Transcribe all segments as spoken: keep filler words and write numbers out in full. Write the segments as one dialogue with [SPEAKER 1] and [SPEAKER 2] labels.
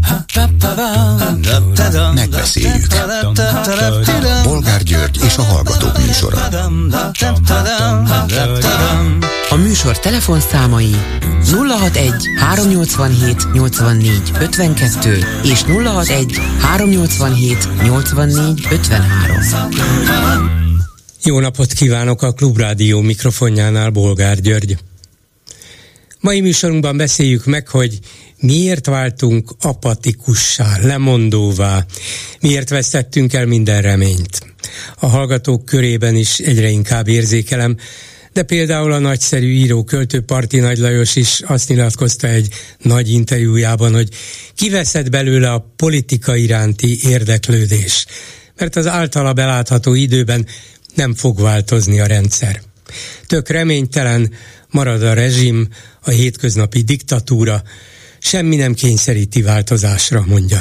[SPEAKER 1] Megbeszéljük. Bolgár György és a Hallgatók műsora.
[SPEAKER 2] A műsor telefonszámai nulla hatvanegy háromnyolcvanhét nyolcvannégy ötvenkettő és nulla hatvanegy háromnyolcvanhét nyolcvannégy ötvenhárom.
[SPEAKER 3] Jó napot kívánok, a Klubrádió mikrofonjánál Bolgár György. Mai műsorunkban beszéljük meg, hogy miért váltunk apatikussá, lemondóvá, miért vesztettünk el minden reményt. A hallgatók körében is egyre inkább érzékelem, de például a nagyszerű író költő Parti Nagy Lajos is azt nyilatkozta egy nagy interjújában, hogy kiveszett belőle a politika iránti érdeklődés, mert az általa belátható időben nem fog változni a rendszer. Tök reménytelen, marad a rezsim, a hétköznapi diktatúra, semmi nem kényszeríti változásra, mondja.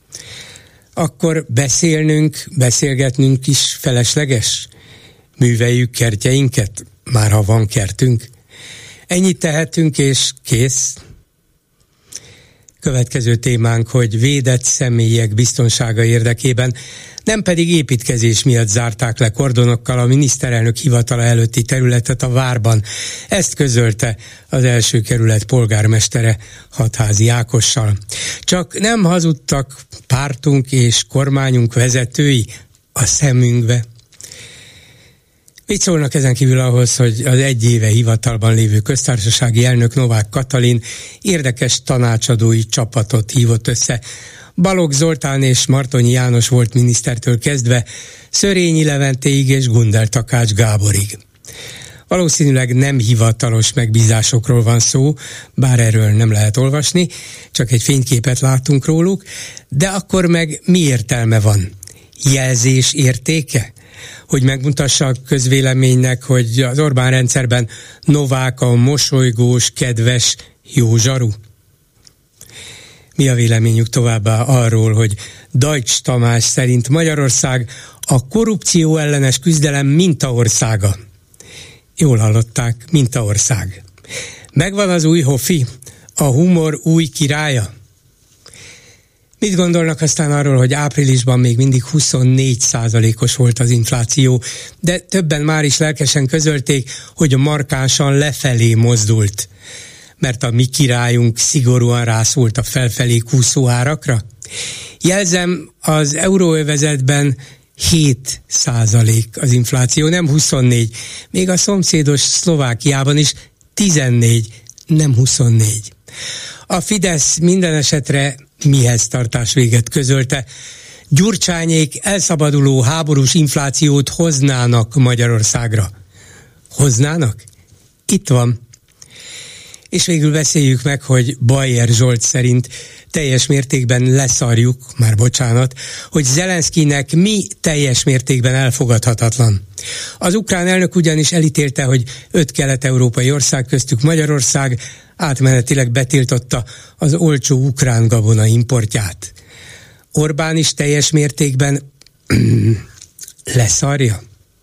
[SPEAKER 3] Akkor beszélnünk, beszélgetnünk is felesleges? Műveljük kertjeinket, már ha van kertünk? Ennyit tehetünk és kész? Következő témánk, hogy védett személyek biztonsága érdekében, nem pedig építkezés miatt zárták le kordonokkal a miniszterelnök hivatala előtti területet a Várban. Ezt közölte az első kerület polgármestere Hatházi Ákossal. Csak nem hazudtak pártunk és kormányunk vezetői a szemünkbe. Mit szólnak ezen kívül ahhoz, hogy az egy éve hivatalban lévő köztársasági elnök Novák Katalin érdekes tanácsadói csapatot hívott össze. Balogh Zoltán és Martonyi János volt minisztertől kezdve Szörényi Leventéig és Gundel Takács Gáborig. Valószínűleg nem hivatalos megbízásokról van szó, bár erről nem lehet olvasni, csak egy fényképet látunk róluk, de akkor meg mi értelme van? Jelzés értéke? Hogy megmutassa a közvéleménynek, hogy az Orbán rendszerben Novák a mosolygós, kedves, jó zsaru? Mi a véleményük továbbá arról, hogy Deutsch Tamás szerint Magyarország a korrupció ellenes küzdelem mintaországa? Jól hallották, mintaország. Megvan az új Hofi, a humor új királya? Mit gondolnak aztán arról, hogy áprilisban még mindig huszonnégy százalékos volt az infláció, de többen már is lelkesen közölték, hogy markánsan lefelé mozdult, mert a mi királyunk szigorúan rászólt a felfelé kúszó árakra? Jelzem, az euróövezetben hét százalék az infláció, nem huszonnégy. Még a szomszédos Szlovákiában is tizennégy, nem huszonnégy. A Fidesz minden esetre mihez tartás véget közölte. Gyurcsányék elszabaduló háborús inflációt hoznának Magyarországra. Hoznának? Itt van. És végül beszéljük meg, hogy Bajer Zsolt szerint teljes mértékben leszarjuk, már bocsánat, hogy Zelenszkinek mi teljes mértékben elfogadhatatlan. Az ukrán elnök ugyanis elítélte, hogy öt kelet-európai ország, köztük Magyarország átmenetileg betiltotta az olcsó ukrán gabona importját. Orbán is teljes mértékben leszarja?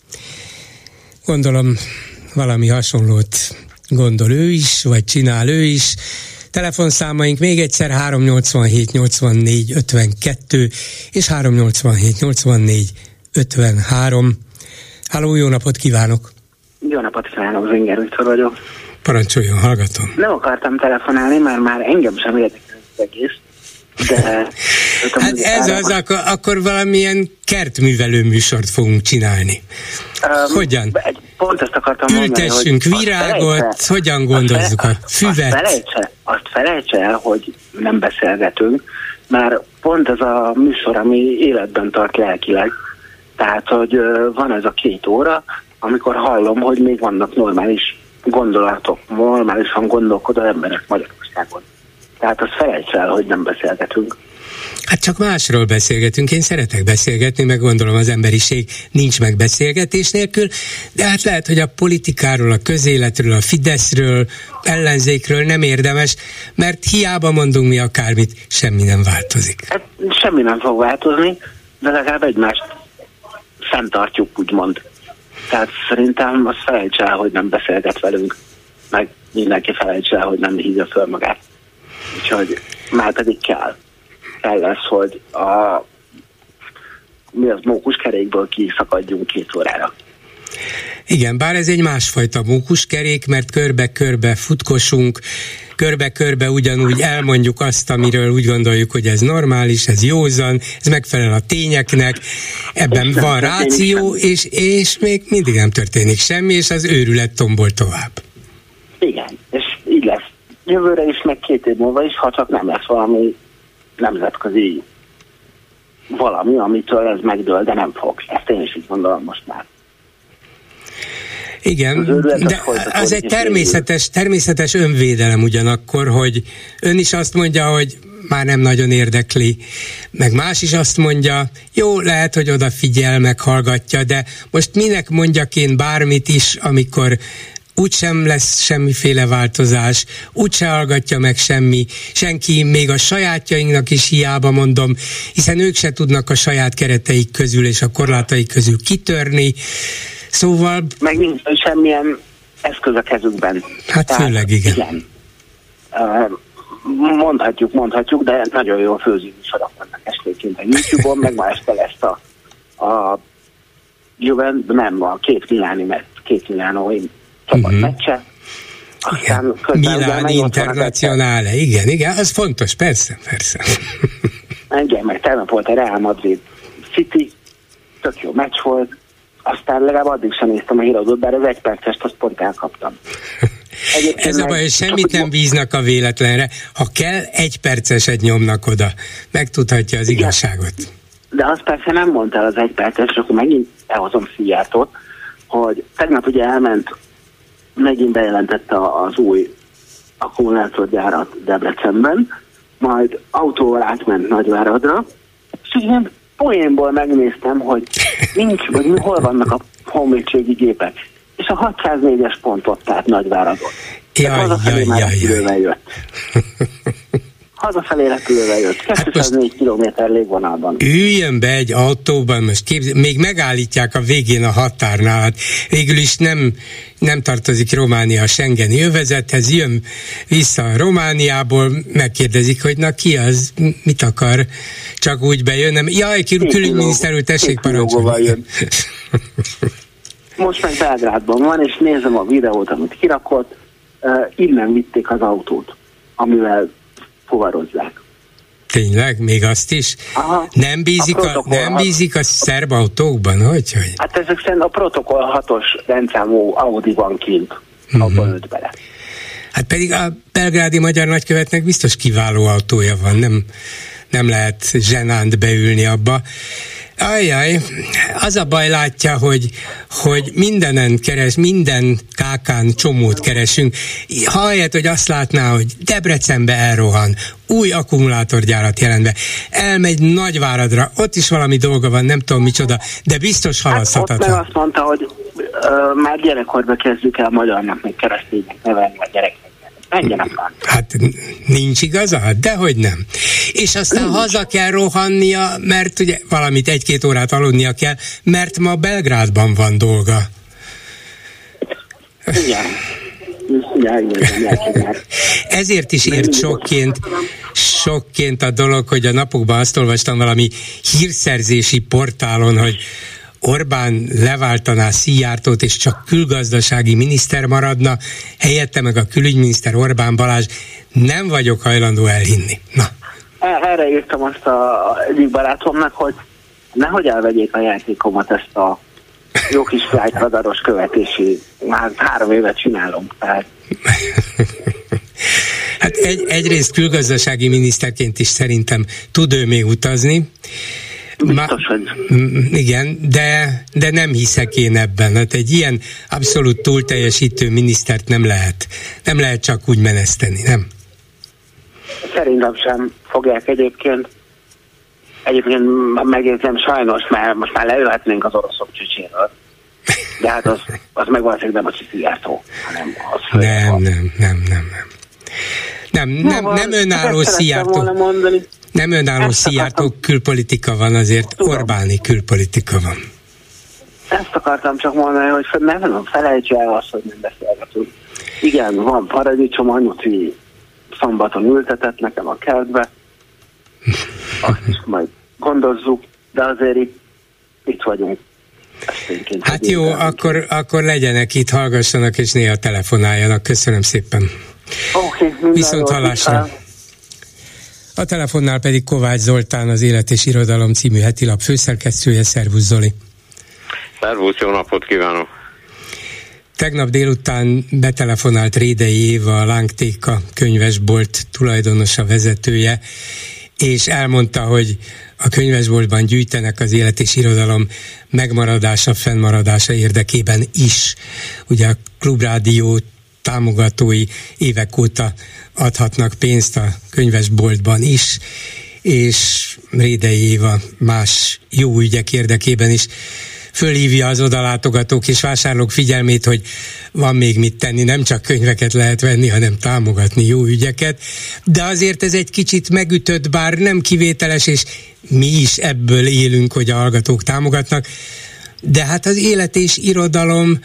[SPEAKER 3] Gondolom valami hasonlót gondol ő is, vagy csinál ő is. Telefonszámaink még egyszer háromnyolcvanhét nyolcvannégy ötvenkettő és háromnyolcvanhét nyolcvannégy ötvenhárom. Halló, jó napot kívánok! Jó napot kívánok, Zinger Viktor vagyok. Parancsoljon, hallgatom.
[SPEAKER 4] Nem akartam telefonálni, mert már engem sem érdekel az egész, de...
[SPEAKER 3] Hát ez az, akkor, akkor valamilyen kertművelő műsort fogunk csinálni. Um, hogyan?
[SPEAKER 4] Pont ezt akartam
[SPEAKER 3] Ültessünk
[SPEAKER 4] mondani, hogy
[SPEAKER 3] virágot, felejtse, hogyan gondozzuk
[SPEAKER 4] azt,
[SPEAKER 3] a füvet?
[SPEAKER 4] Azt felejtse, azt felejtse el, hogy nem beszélgetünk, mert pont ez a műsor, ami életben tart lelkileg. Tehát, hogy van ez a két óra, amikor hallom, hogy még vannak normális gondolatok, normálisan gondolkodó emberek Magyarországon. Tehát azt felejts el, hogy nem beszélgetünk.
[SPEAKER 3] Hát csak másról beszélgetünk. Én szeretek beszélgetni, meg gondolom az emberiség nincs meg beszélgetés nélkül, de hát lehet, hogy a politikáról, a közéletről, a Fideszről, ellenzékről nem érdemes, mert hiába mondunk mi akármit, semmi nem változik.
[SPEAKER 4] Hát semmi nem fog változni, de legalább egymást fenntartjuk, úgymond. Tehát szerintem azt felejts el, hogy nem beszélget velünk, meg mindenki felejts el, hogy nem hívja föl magát. Úgyhogy már pedig kell. fel lesz, hogy a mi az mókuskerékből kiszakadjunk két órára.
[SPEAKER 3] Igen, bár ez egy másfajta mókuskerék, mert körbe-körbe futkosunk, körbe-körbe ugyanúgy elmondjuk azt, amiről úgy gondoljuk, hogy ez normális, ez józan, ez megfelel a tényeknek, ebben van ráció, és, és még mindig nem történik semmi, és az őrület tombol tovább.
[SPEAKER 4] Igen, és így lesz jövőre is, meg két év múlva is, ha csak nem lesz valami nemzetközi valami, amitől ez megdől, de nem fog. Ezt én is így gondolom most már.
[SPEAKER 3] Igen, de az egy természetes, természetes önvédelem ugyanakkor, hogy ön is azt mondja, hogy már nem nagyon érdekli, meg más is azt mondja, jó, lehet, hogy odafigyel, meghallgatja, de most minek mondjak én bármit is, amikor úgysem lesz semmiféle változás, úgyse hallgatja meg semmi, senki, még a sajátjainknak is hiába mondom, hiszen ők se tudnak a saját kereteik közül és a korlátaik közül kitörni, szóval... Meg
[SPEAKER 4] nincs semmilyen eszköz a kezükben.
[SPEAKER 3] Hát tehát, főleg igen.
[SPEAKER 4] igen. Mondhatjuk, mondhatjuk, de nagyon jó főzőműsorok vannak esténként a YouTube-on, meg ma este lesz a, a Juven, nem, a két Miláni, mert két Milánói csapat uh-huh. meccse. Aztán
[SPEAKER 3] Milán Internacionále, igen, igen, az fontos, persze, persze.
[SPEAKER 4] Igen, meg tegnap volt a Real Madrid City, tök jó meccs volt, aztán legalább addig sem néztem a híradót, bár az egy percest azt pont elkaptam.
[SPEAKER 3] Egyébként ez a baj, hogy semmit nem bíznak a véletlenre, ha kell, egy perceset nyomnak oda, megtudhatja az igen. igazságot.
[SPEAKER 4] De azt persze nem mondta az egy perces, és akkor megint elhozom Szijjártót, hogy tegnap ugye elment, megint bejelentette az új akkumulátorgyárat Debrecenben, majd autóval átment Nagyváradra, és ilyen poénból megnéztem, hogy nincs, vagy hol vannak a honvédségi gépek, és a hatszáznégyes pont ott állt Nagyváradon.
[SPEAKER 3] Jaj,
[SPEAKER 4] hazafelé
[SPEAKER 3] jaj,
[SPEAKER 4] már
[SPEAKER 3] jaj,
[SPEAKER 4] repülővel jött. Hazafelé repülővel jött. kétszáznégy kilométer légvonalban.
[SPEAKER 3] Üljön be egy autóban, most képzel, még megállítják a végén a határnál, hát végül is nem, nem tartozik Románia a Schengeni övezethez, jön vissza Romániából, megkérdezik, hogy na ki az, mit akar, csak úgy bejön, nem, jaj, külügyminiszter úr, tessék parancsolni.
[SPEAKER 4] Most meg Belgrádban van, és nézem a videót, amit kirakott, uh, innen vitték az autót, amivel fuvarozzák.
[SPEAKER 3] Tényleg? Még azt is?
[SPEAKER 4] Aha,
[SPEAKER 3] nem bízik a, a, nem bízik a szerb autókban? Hogy, hogy?
[SPEAKER 4] Hát ezek szerint a protokoll hatos rendszámú Audi van kint, uh-huh. abban ölt bele.
[SPEAKER 3] Hát pedig a belgrádi magyar nagykövetnek biztos kiváló autója van, nem, nem lehet zsenánt beülni abba. Ajjaj, az a baj, látja, hogy, hogy mindenen keres, minden kákán csomót keresünk. Ahelyett, hogy azt látná, hogy Debrecenbe elrohan, új akkumulátorgyárat jelent be, elmegy Nagyváradra, ott is valami dolga van, nem tudom micsoda, de biztos halaszthatatlan.
[SPEAKER 4] Hát ott meg azt mondta, hogy uh, már gyerekkorba kezdjük el magyarnak, még kereszténynek nevelni a gyereknek.
[SPEAKER 3] Hát nincs igaza? Dehogy nem. És aztán nincs. Haza kell rohannia, mert ugye valamit egy-két órát aludnia kell, mert ma Belgrádban van dolga.
[SPEAKER 4] Igen. Igen, igen, igen.
[SPEAKER 3] Ezért is ért sokként, sokként a dolog, hogy a napokban azt olvastam valami hírszerzési portálon, hogy Orbán leváltaná Szijjártót, és csak külgazdasági miniszter maradna, helyette meg a külügyminiszter Orbán Balázs. Nem vagyok hajlandó elhinni. Na.
[SPEAKER 4] Erre írtam azt a egyik barátomnak, hogy nehogy elvegyék a játékomat, ezt a jó kis flight radaros követési, már három évet csinálom. Tehát.
[SPEAKER 3] Hát egy, egyrészt külgazdasági miniszterként is szerintem tud ő még utazni.
[SPEAKER 4] Biztos, hogy...
[SPEAKER 3] Igen, de, de nem hiszek én ebben. Hát egy ilyen abszolút túlteljesítő minisztert nem lehet. Nem lehet csak úgy meneszteni, nem?
[SPEAKER 4] Szerintem sem fogják egyébként. Egyébként megjegyzem sajnos, mert most már leülhetnénk az oroszok csücséről. De hát az, az meg valószínűleg nem a Szijjártó, hanem az
[SPEAKER 3] nem, nem, nem, nem, nem. Nem, nem, nem, nem önálló Szijjártó. Nem önálló Szijjártó külpolitika van, azért tudom. Orbáni külpolitika van.
[SPEAKER 4] Ezt akartam csak mondani, hogy nem, nem felejtsd el azt, hogy nem beszélgetünk. Igen, van paradicsom, anyuci szombaton ültetett nekem a kertbe. azt majd gondozzuk, de azért itt, itt vagyunk.
[SPEAKER 3] Hát jó, akkor, akkor legyenek itt, hallgassanak és néha telefonáljanak. Köszönöm szépen.
[SPEAKER 4] Oké, okay,
[SPEAKER 3] viszont hallásra. A telefonnál pedig Kovács Zoltán, az Élet és Irodalom című hetilap főszerkesztője. Szervusz, Zoli!
[SPEAKER 5] Szervusz, jó napot kívánok!
[SPEAKER 3] Tegnap délután betelefonált Rédei Éva, a Lángtéka könyvesbolt tulajdonosa, vezetője, és elmondta, hogy a könyvesboltban gyűjtenek az Élet és Irodalom megmaradása, fennmaradása érdekében is. Ugye a Klubrádió támogatói évek óta adhatnak pénzt a könyvesboltban is, és Rédei Éva más jó ügyek érdekében is fölhívja az odalátogatók és vásárlók figyelmét, hogy van még mit tenni, nem csak könyveket lehet venni, hanem támogatni jó ügyeket, de azért ez egy kicsit megütött, bár nem kivételes, és mi is ebből élünk, hogy a hallgatók támogatnak, de hát az Élet és Irodalom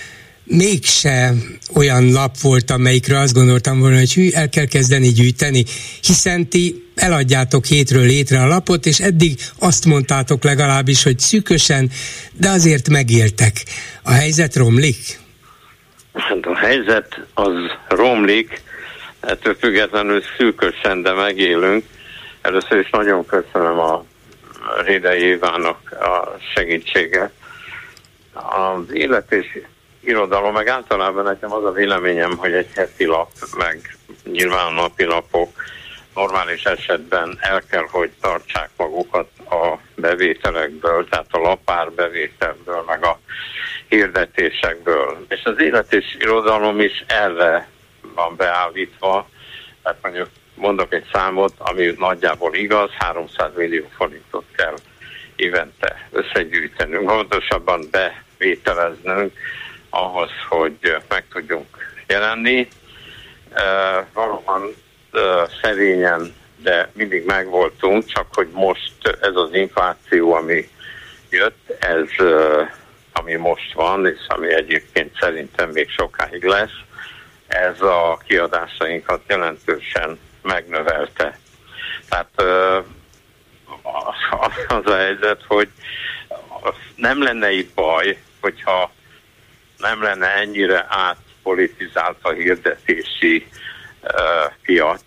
[SPEAKER 3] mégse olyan lap volt, amelyikre azt gondoltam volna, hogy hű, el kell kezdeni gyűjteni, hiszen ti eladjátok hétről hétre a lapot, és eddig azt mondtátok legalábbis, hogy szűkösen, de azért megéltek. A helyzet romlik?
[SPEAKER 5] Hát a helyzet az romlik, ettől függetlenül szűkösen, de megélünk. Először is nagyon köszönöm a Rédei Évának a segítséget. Az Élet és Irodalom, meg általában nekem az a véleményem, hogy egy heti lap, meg nyilván a napi lapok normális esetben el kell, hogy tartsák magukat a bevételekből, tehát a lapár bevételből, meg a hirdetésekből. És az Élet és Irodalom is erre van beállítva, tehát mondjuk mondok egy számot, ami nagyjából igaz, háromszáz millió forintot kell évente összegyűjtenünk, pontosabban bevételeznünk ahhoz, hogy meg tudjunk jelenni. Uh, valóban uh, szerényen, de mindig megvoltunk, csak hogy most ez az infláció, ami jött, ez uh, ami most van, és ami egyébként szerintem még sokáig lesz, ez a kiadásainkat jelentősen megnövelte. Tehát uh, az, az a helyzet, hogy nem lenne itt baj, hogyha nem lenne ennyire átpolitizált a hirdetési uh, piac,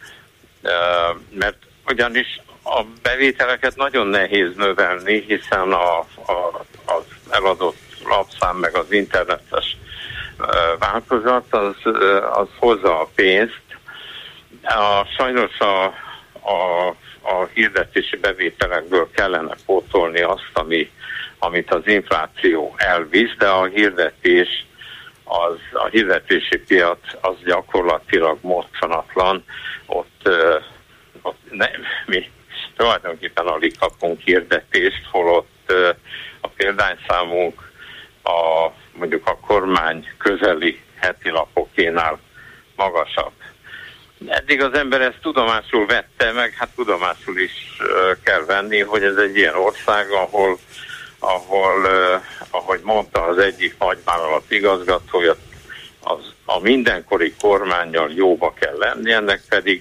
[SPEAKER 5] uh, mert ugyanis a bevételeket nagyon nehéz növelni, hiszen a, a, az eladott lapszám meg az internetes uh, változat az, uh, az hozza a pénzt. A, sajnos a, a, a hirdetési bevételekből kellene pótolni azt, ami amit az infláció elvisz, de a hirdetés, az, a hirdetési piac az gyakorlatilag mozzanatlan. Ott, ott nem, mi tulajdonképpen alig kapunk hirdetést, holott a példányszámunk a, mondjuk a kormány közeli heti lapokénál magasabb. Eddig az ember ezt tudomásul vette, meg hát tudomásul is kell venni, hogy ez egy ilyen ország, ahol ahol, eh, ahogy mondta az egyik nagyvállalat igazgatója, az a mindenkori kormánnyal jóba kell lenni, ennek pedig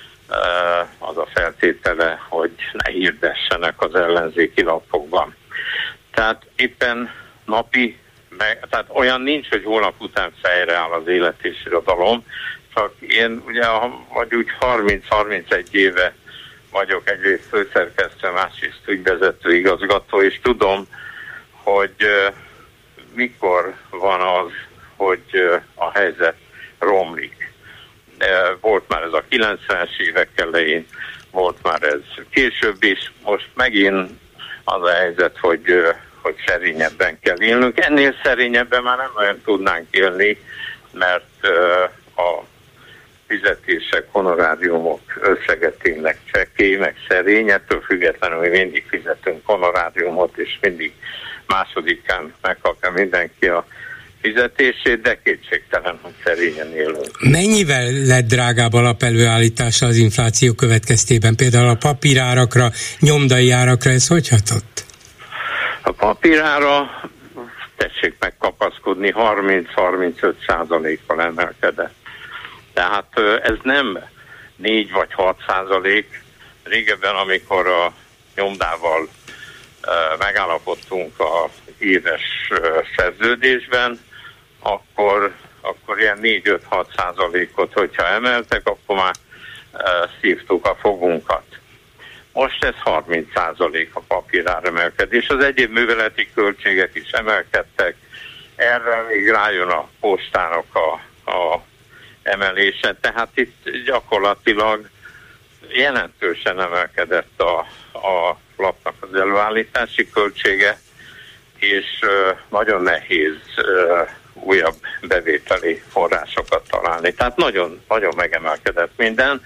[SPEAKER 5] eh, az a feltétele, hogy ne hirdessenek az ellenzéki lapokban. Tehát éppen napi, meg, tehát olyan nincs, hogy holnap után fejre áll az Élet és Irodalom, csak én ugye vagy úgy harminc-harmincegy éve vagyok egyrészt főszerkesztő, másrészt ügyvezető igazgató, és tudom, hogy uh, mikor van az, hogy uh, a helyzet romlik. Uh, volt már ez a kilencvenes évek elején, volt már ez később is, most megint az a helyzet, hogy, uh, hogy szerényebben kell élnünk. Ennél szerényebben már nem olyan tudnánk élni, mert uh, a fizetések, honoráriumok összege tényleg csekély, meg szerény, ettől függetlenül mi mindig fizetünk honoráriumot, és mindig másodikán megkapja mindenki a fizetését, de kétségtelen, hogy szerényen élünk.
[SPEAKER 3] Mennyivel lett drágább a lap előállítása az infláció következtében? Például a papírárakra, nyomdai árakra ez hogy hatott?
[SPEAKER 5] A papírára tessék megkapaszkodni, harminc-harmincöt százalékkal emelkedett. Tehát ez nem négy vagy hat százalék, régebben, amikor a nyomdával megállapodtunk a éves szerződésben, akkor, akkor ilyen négy-öt-hat százalékot, hogyha emeltek, akkor már szívtuk a fogunkat. Most ez harminc százalék a papírár emelkedés. Az egyéb műveleti költségek is emelkedtek, erre még rájön a postának a, a emelése, tehát itt gyakorlatilag jelentősen emelkedett a, a lapnak az előállítási költsége, és uh, nagyon nehéz uh, újabb bevételi forrásokat találni. Tehát nagyon, nagyon megemelkedett minden.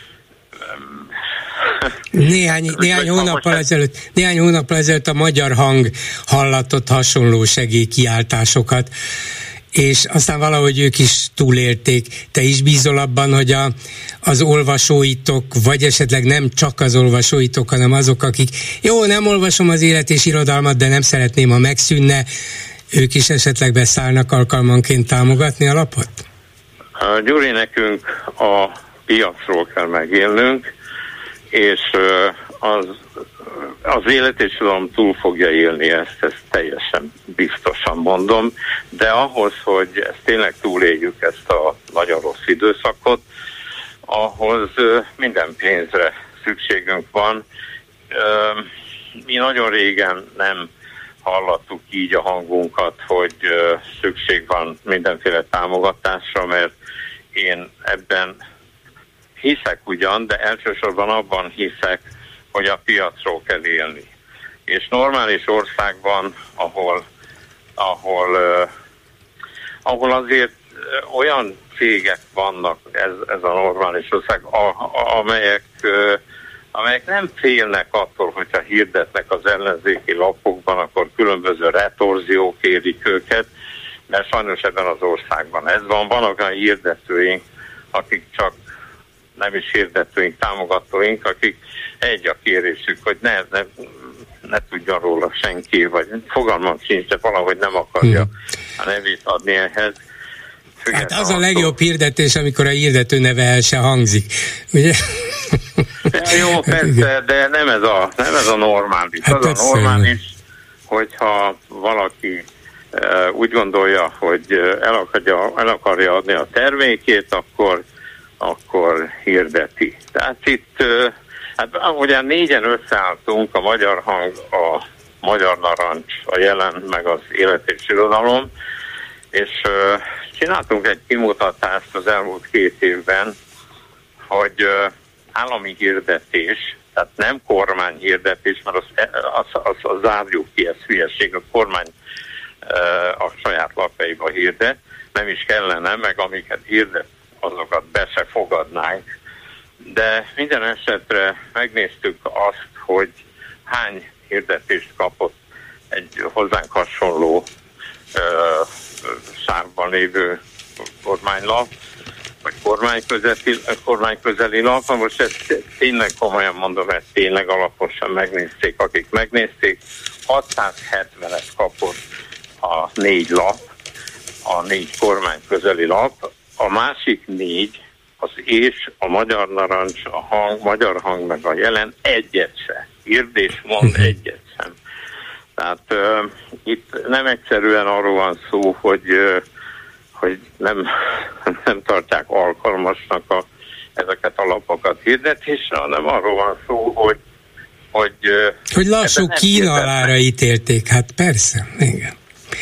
[SPEAKER 3] Néhány, néhány, hónappal ezelőtt, néhány hónappal ezelőtt a Magyar Hang hallatott hasonló segélykiáltásokat, és aztán valahogy ők is túlélték. Te is bízol abban, hogy a, az olvasóitok, vagy esetleg nem csak az olvasóitok, hanem azok, akik jó, nem olvasom az Élet és Irodalmat, de nem szeretném, ha megszűnne, ők is esetleg beszállnak alkalmanként támogatni a lapot?
[SPEAKER 5] A Gyuri, nekünk a piacról kell megélnünk, és az, az Élet és Irodalom túl fogja élni ezt, ezt teljesen biztosan mondom, de ahhoz, hogy ezt tényleg túléljük, ezt a nagyon rossz időszakot, ahhoz minden pénzre szükségünk van. Mi nagyon régen nem hallattuk így a hangunkat, hogy szükség van mindenféle támogatásra, mert én ebben hiszek ugyan, de elsősorban abban hiszek, hogy a piacról kell élni. És normális országban, ahol, ahol, uh, ahol azért uh, olyan cégek vannak, ez, ez a normális ország, a, a, amelyek, uh, amelyek nem félnek attól, hogyha hirdetnek az ellenzéki lapokban, akkor különböző retorziók érik őket, mert sajnos ebben az országban ez van. Vannak olyan hirdetőink, akik csak nem is hirdetőink, támogatóink, akik egy a kérésük, hogy ne, ne, ne tudjon róla senki, vagy fogalmam sincs, de valahogy nem akarja hmm. a nevét adni ehhez.
[SPEAKER 3] Hát az a legjobb hirdetés, amikor a hirdető neve el se hangzik, ugye?
[SPEAKER 5] Ja, jó, persze, de nem ez a, nem ez a normális. Hát az a normális, hogyha valaki uh, úgy gondolja, hogy el akarja, el akarja adni a termékét, akkor akkor hirdeti. Tehát itt, hát ugyan négyen összeálltunk, a Magyar Hang, a Magyar Narancs, a Jelen, meg az Élet és Irodalom, és uh, csináltunk egy kimutatást az elmúlt két évben, hogy uh, állami hirdetés, tehát nem kormányhirdetés, mert azt az, az, az zárjuk ki, ez hülyeség, a kormány uh, a saját lapjaiba hirdet, nem is kellene, meg amiket hirdet, azokat be se fogadnánk. De minden esetre megnéztük azt, hogy hány hirdetést kapott egy hozzánk hasonló ö, sárban lévő kormánylap, vagy kormányközeli, kormányközeli lap. Most ezt tényleg komolyan mondom, ezt tényleg alaposan megnézték, akik megnézték. hatszázhetvenet kapott a négy lap, a négy kormányközeli lap. A másik négy, az És, a Magyar Narancs, a Hang, Magyar Hang, meg a Jelen egyet se. Írd és mond egyet sem. Tehát uh, itt nem egyszerűen arról van szó, hogy, uh, hogy nem, nem tartják alkalmasnak a, ezeket a lapokat hirdetésre, hanem arról van szó, hogy hogy, uh,
[SPEAKER 3] hogy lassú kínálára ítélték, hát persze, igen.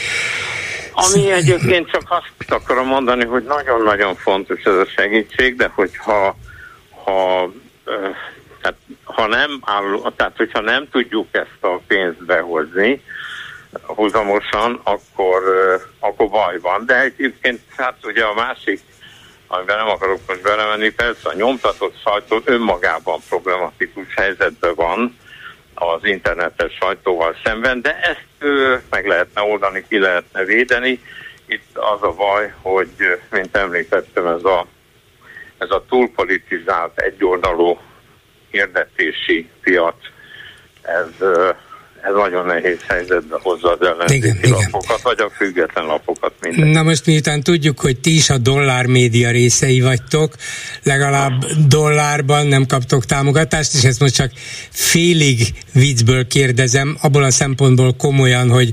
[SPEAKER 5] Ami egyébként csak azt akarom mondani, hogy nagyon-nagyon fontos ez a segítség, de hogyha ha, tehát, ha nem áll, tehát hogyha nem tudjuk ezt a pénzt behozni húzamosan, akkor, akkor baj van. De egyébként hát ugye a másik, amiben nem akarok most belemenni, persze a nyomtatott sajtó önmagában problematikus helyzetben van az internetes sajtóval szemben, de ezt ö, meg lehetne oldani, ki lehetne védeni. Itt az a baj, hogy, mint említettem, ez a, ez a túlpolitizált, egyoldalú hirdetési piac, ez, ö, ez nagyon nehéz helyzetbe hozza az ellenzéki lapokat, vagy a független lapokat mindegy.
[SPEAKER 3] Na most miután tudjuk, hogy ti is a dollár média részei vagytok, legalább dollárban nem kaptok támogatást, és ezt most csak félig viccből kérdezem, abból a szempontból komolyan, hogy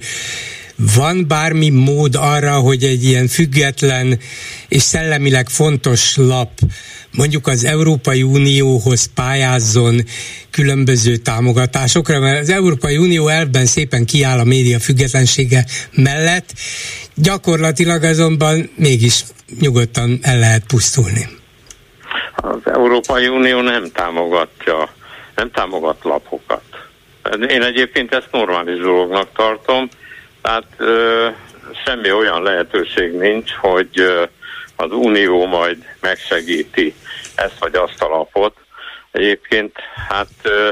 [SPEAKER 3] van bármi mód arra, hogy egy ilyen független és szellemileg fontos lap mondjuk az Európai Unióhoz pályázzon különböző támogatásokra, mert az Európai Unió elvben szépen kiáll a média függetlensége mellett, gyakorlatilag azonban mégis nyugodtan el lehet pusztulni.
[SPEAKER 5] Az Európai Unió nem támogatja, nem támogat lapokat. Én egyébként ezt normális dolognak tartom, tehát ö, semmi olyan lehetőség nincs, hogy ö, az Unió majd megsegíti ezt vagy azt a lapot. Egyébként hát ö,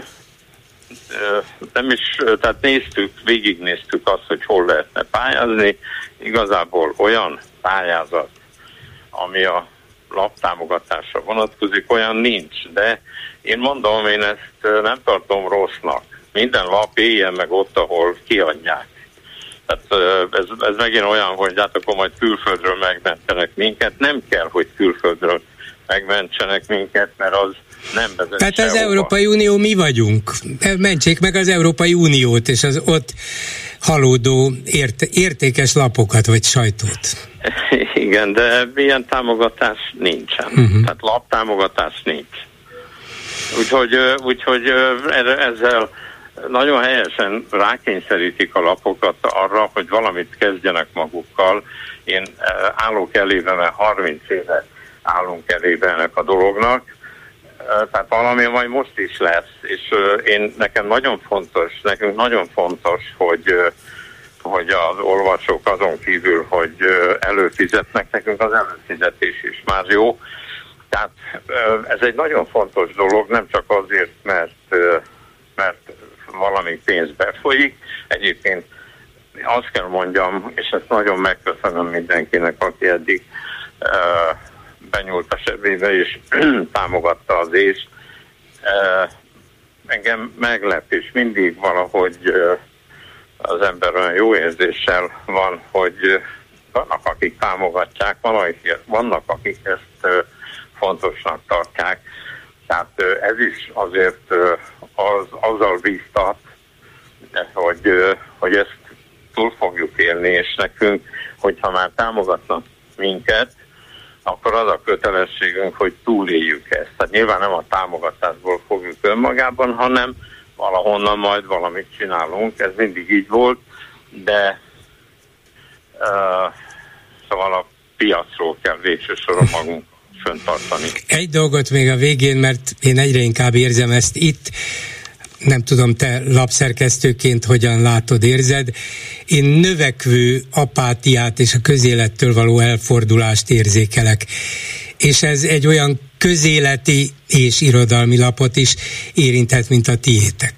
[SPEAKER 5] ö, nem is, tehát néztük, végignéztük azt, hogy hol lehetne pályázni. Igazából olyan pályázat, ami a laptámogatásra vonatkozik, olyan nincs, de én mondom, én ezt nem tartom rossznak. Minden lap éljen meg ott, ahol kiadják. Tehát ez, ez megint olyan, hogy hát akkor majd külföldről megmentenek minket. Nem kell, hogy külföldről megmentsenek minket, mert az nem vezet.
[SPEAKER 3] Tehát az Európai Unió mi vagyunk. Mentsék meg az Európai Uniót, és az ott halódó ért, értékes lapokat, vagy sajtót.
[SPEAKER 5] Igen, de ilyen támogatás nincsen. Uh-huh. Tehát laptámogatás nincs. Úgyhogy, úgyhogy ezzel nagyon helyesen rákényszerítik a lapokat arra, hogy valamit kezdjenek magukkal. Én állok elébe, mert harminc éve állunk elébe ennek a dolognak. Tehát valami majd most is lesz, és én nekem nagyon fontos, nekünk nagyon fontos, hogy, hogy az olvasók azon kívül, hogy előfizetnek, nekünk az előfizetés is már jó. Tehát ez egy nagyon fontos dolog, nem csak azért, mert, mert valami pénz befolyik. Egyébként azt kell mondjam, és ezt nagyon megköszönöm mindenkinek, aki eddig uh, benyúlt a sebébe és támogatta az észt. Uh, engem meglep, és mindig valahogy uh, az ember olyan jó érzéssel van, hogy uh, vannak, akik támogatják, vannak, vannak akik ezt uh, fontosnak tartják. Tehát uh, ez is azért uh, az, azzal bíztat, hogy, uh, hogy ezt túl fogjuk élni, és nekünk, hogyha már támogatnak minket, akkor az a kötelességünk, hogy túléljük ezt. Tehát nyilván nem a támogatásból fogjuk önmagában, hanem valahonnan majd valamit csinálunk. Ez mindig így volt, de uh, szóval a piacról kell végső soron magunk föntartani.
[SPEAKER 3] Egy dolgot még a végén, mert én egyre inkább érzem ezt itt, nem tudom, te lapszerkesztőként hogyan látod, érzed. Én növekvő apátiát és a közélettől való elfordulást érzékelek. És ez egy olyan közéleti és irodalmi lapot is érinthet, mint a tiétek.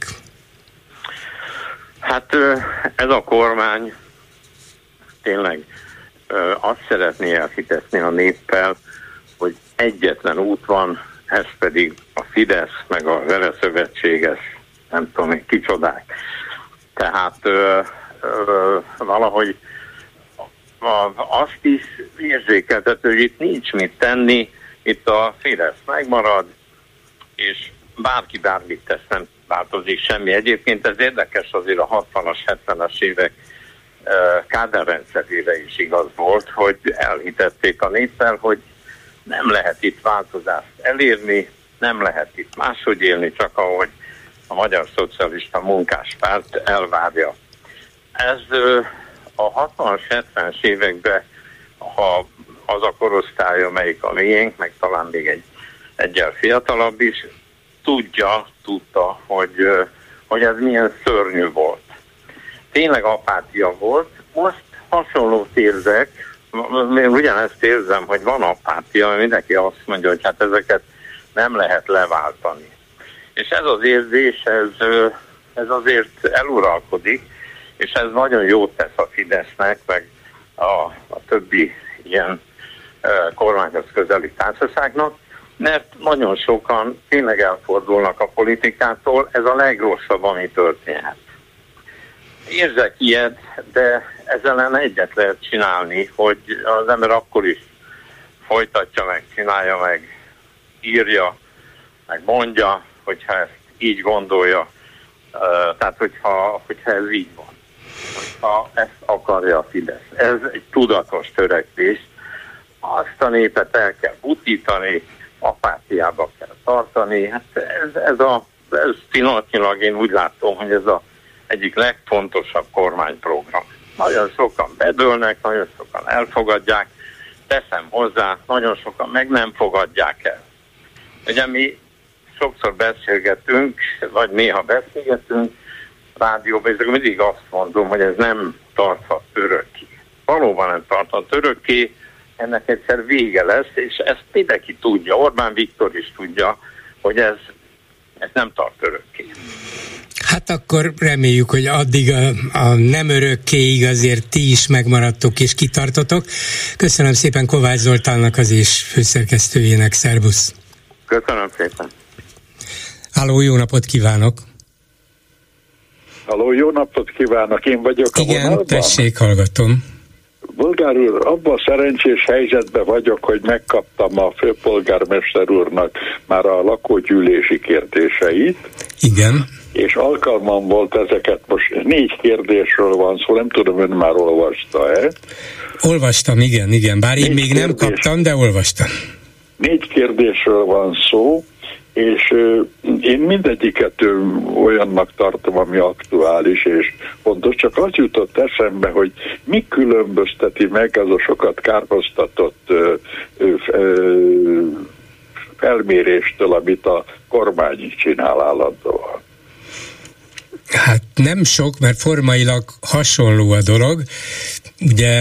[SPEAKER 5] Hát ez a kormány tényleg azt szeretné elhitetni a néppel, hogy egyetlen út van, ez pedig a Fidesz, meg a vele szövetséges, nem tudom én kicsodák. Tehát ö, ö, valahogy a, azt is érzékeltető, hogy itt nincs mit tenni, itt a Fidesz megmarad, és bárki bármit tesz, nem változik semmi. Egyébként ez érdekes, azért a hatvanas, hetvenes évek Kádár rendszerére is igaz volt, hogy elhitették a néppel, hogy nem lehet itt változást elérni, nem lehet itt máshogy élni, csak ahogy a Magyar Szocialista Munkáspárt elvárja. Ez a hatvanas, hetvenes években, ha az a korosztály, amelyik a miénk, meg talán még egy egyel fiatalabb is, tudja, tudta, hogy, hogy ez milyen szörnyű volt. Tényleg apátia volt. Most hasonlót érzek, én ugyanezt érzem, hogy van apátia, mindenki azt mondja, hogy hát ezeket nem lehet leváltani. És ez az érzés, ez, ez azért eluralkodik, és ez nagyon jót tesz a Fidesznek, meg a, a többi ilyen uh, kormányhoz közeli társaságnak, mert nagyon sokan tényleg elfordulnak a politikától, ez a legrosszabb, ami történhet. Érzek ilyet, de ezzel ellen egyet lehet csinálni, hogy az ember akkor is folytatja meg, csinálja meg, írja, meg mondja, hogyha ezt így gondolja. Tehát, hogyha, hogyha ez így van. Hogyha ezt akarja a Fidesz. Ez egy tudatos törekvés. Azt a népet el kell butítani, apátiába kell tartani. Hát ez, ez a ez pillanatnyilag én úgy látom, hogy ez az egyik legfontosabb kormányprogram. Nagyon sokan bedőlnek, nagyon sokan elfogadják, teszem hozzá, nagyon sokan meg nem fogadják el. Ugye mi sokszor beszélgetünk, vagy néha beszélgetünk rádióban, és mindig azt mondom, hogy ez nem tarthat örökké. Valóban nem tarthat örökké, ennek egyszer vége lesz, és ezt mindenki tudja, Orbán Viktor is tudja, hogy ez, ez nem tart örökké.
[SPEAKER 3] Hát akkor reméljük, hogy addig a, a nem örökkéig azért ti is megmaradtok és kitartotok. Köszönöm szépen Kovács Zoltánnak, az és főszerkesztőjének. Szervusz!
[SPEAKER 5] Köszönöm szépen!
[SPEAKER 3] Halló, jó napot kívánok!
[SPEAKER 6] Halló, jó napot kívánok! Én vagyok a
[SPEAKER 3] Igen,
[SPEAKER 6] vonalban.
[SPEAKER 3] tessék, hallgatom.
[SPEAKER 6] Bolgár úr, abban a szerencsés helyzetben vagyok, hogy megkaptam a főpolgármester úrnak már a lakógyűlési kérdéseit.
[SPEAKER 3] Igen.
[SPEAKER 6] És alkalmam volt ezeket, most négy kérdésről van szó, nem tudom, ön már olvasta-e?
[SPEAKER 3] Olvastam, igen, igen, bár én négy még kérdés, nem kaptam, de olvastam.
[SPEAKER 6] Négy kérdésről van szó, és én mindegyiket olyannak tartom, ami aktuális és fontos, csak az jutott eszembe, hogy mi különbözteti meg az a sokat kárhoztatott ö, ö, ö, felméréstől, amit a kormány csinál állandóan.
[SPEAKER 3] Hát nem sok, mert formailag hasonló a dolog. Ugye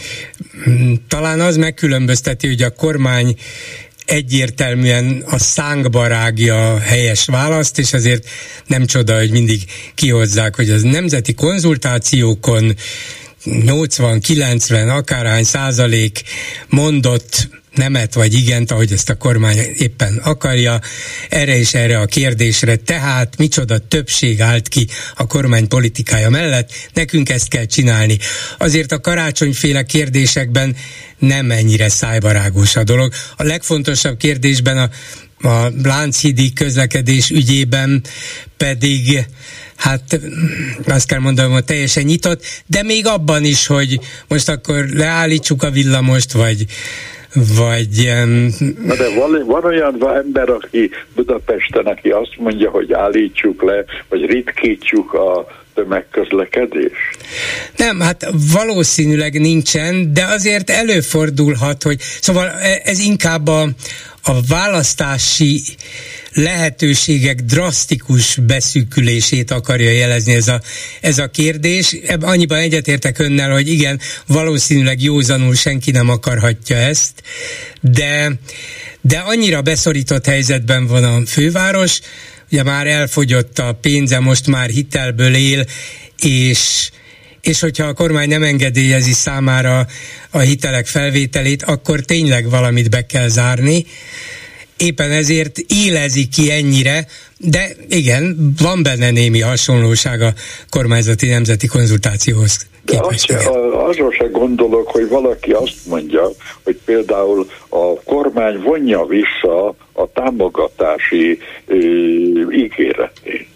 [SPEAKER 3] talán az megkülönbözteti, hogy a kormány egyértelműen a szánkba rágja a helyes választ, és azért nem csoda, hogy mindig kihozzák, hogy az nemzeti konzultációkon nyolcvan-kilencven akárhány százalék mondott nemet vagy igent, ahogy ezt a kormány éppen akarja, erre és erre a kérdésre. Tehát micsoda többség állt ki a kormány politikája mellett, nekünk ezt kell csinálni. Azért a karácsonyféle kérdésekben nem ennyire szájbarágos a dolog. A legfontosabb kérdésben a, a Lánchídi közlekedés ügyében pedig hát azt kell mondanom, hogy teljesen nyitott, de még abban is, hogy most akkor leállítsuk a villamost, vagy vagy... Um...
[SPEAKER 6] Na de van, van olyan ember, aki Budapesten, aki azt mondja, hogy állítsuk le, vagy ritkítsuk a tömegközlekedést?
[SPEAKER 3] Nem, hát valószínűleg nincsen, de azért előfordulhat, hogy szóval ez inkább a, a választási lehetőségek drasztikus beszűkülését akarja jelezni ez a, ez a kérdés. Annyiban egyetértek önnel, hogy igen, valószínűleg józanul senki nem akarhatja ezt, de, de annyira beszorított helyzetben van a főváros, ugye már elfogyott a pénze, most már hitelből él, és és hogyha a kormány nem engedélyezi számára a hitelek felvételét, akkor tényleg valamit be kell zárni. Éppen ezért élezi ki ennyire, de igen, van benne némi hasonlóság a kormányzati nemzeti konzultációhoz képest.
[SPEAKER 6] De azról se gondolok, hogy valaki azt mondja, hogy például a kormány vonja vissza a támogatási ö, ígéretét.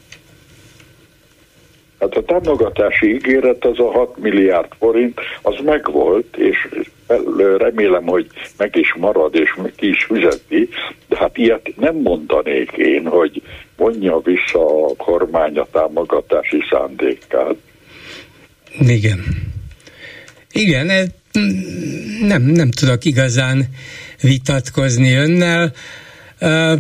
[SPEAKER 6] Hát a támogatási ígéret az a hat milliárd forint, az megvolt, és remélem, hogy meg is marad, és ki is fizeti, de hát ilyet nem mondanék én, hogy vonja vissza a kormány a támogatási szándékát.
[SPEAKER 3] Igen. Igen, ez nem, nem tudok igazán vitatkozni önnel. Uh,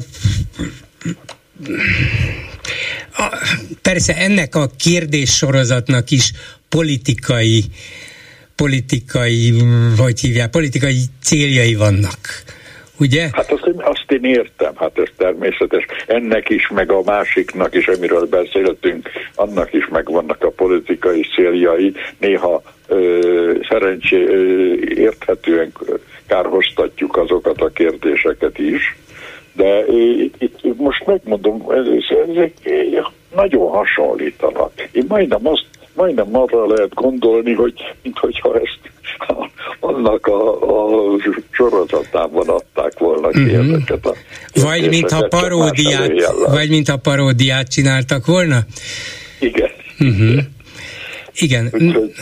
[SPEAKER 3] A, persze ennek a kérdéssorozatnak is politikai, politikai, hogy hívják, politikai céljai vannak, ugye?
[SPEAKER 6] Hát azt, azt én értem, hát ez természetes. Ennek is, meg a másiknak is, amiről beszéltünk, annak is megvannak a politikai céljai. Néha ö, szerencsé ö, érthetően kárhoztatjuk azokat a kérdéseket is. De itt, itt most megmondom, ezek nagyon hasonlítanak. Én majdnem azt majdnem arra lehet gondolni, hogy minthogyha ezt annak a, a sorozatában adták volna ki mm-hmm. ezeket a
[SPEAKER 3] vagy mintha paródiát, vagy mintha paródiát csináltak volna?
[SPEAKER 6] Igen.
[SPEAKER 3] Mm-hmm. Igen.
[SPEAKER 6] Úgyhogy,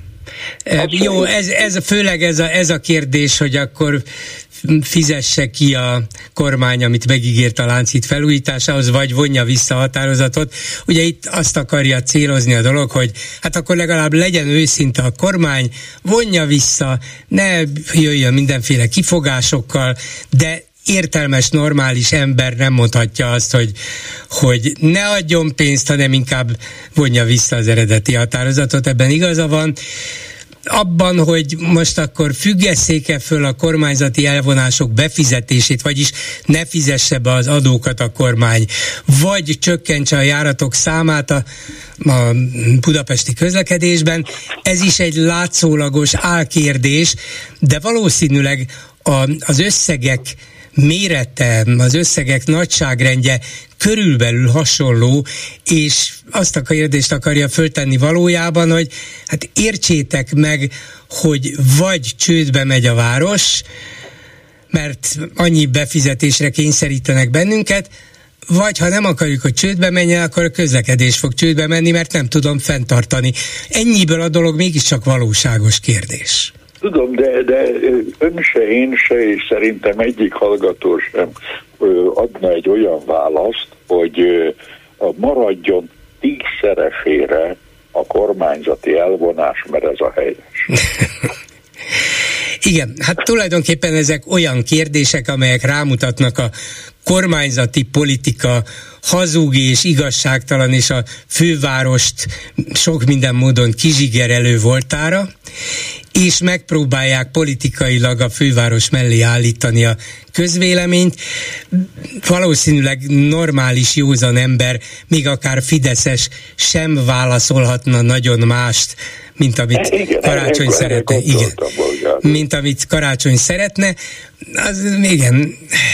[SPEAKER 3] jó, ez, ez főleg ez a, ez a kérdés, hogy akkor fizesse ki a kormány, amit megígért a Lánchíd felújításához, vagy vonja vissza a határozatot. Ugye itt azt akarja célozni a dolog, hogy hát akkor legalább legyen őszinte a kormány, vonja vissza, ne jöjjön mindenféle kifogásokkal, de értelmes, normális ember nem mondhatja azt, hogy, hogy ne adjon pénzt, hanem inkább vonja vissza az eredeti határozatot. Ebben igaza van. Abban, hogy most akkor függesszék-e föl a kormányzati elvonások befizetését, vagyis ne fizesse be az adókat a kormány, vagy csökkentse a járatok számát a, a budapesti közlekedésben, ez is egy látszólagos álkérdés, de valószínűleg a, az összegek mérete, az összegek nagyságrendje körülbelül hasonló, és azt a kérdést akarja föltenni valójában, hogy hát értsétek meg, hogy vagy csődbe megy a város, mert annyi befizetésre kényszerítenek bennünket, vagy ha nem akarjuk, hogy csődbe menjen, akkor a közlekedés fog csődbe menni, mert nem tudom fenntartani. Ennyiből a dolog mégiscsak valóságos kérdés.
[SPEAKER 6] Tudom, de, de ön se, én se, és szerintem egyik hallgató sem adna egy olyan választ, hogy maradjon tízszeresére a kormányzati elvonás, mert ez a helyes.
[SPEAKER 3] Igen, hát tulajdonképpen ezek olyan kérdések, amelyek rámutatnak a kormányzati politika hazug és igazságtalan, és a fővárost sok minden módon kizsigerelő voltára, és megpróbálják politikailag a főváros mellé állítani a közvéleményt. Valószínűleg normális, józan ember, még akár fideszes sem válaszolhatna nagyon mást, mint amit igen, Karácsony szeretne. Igen. Mint amit Karácsony szeretne. Az, igen.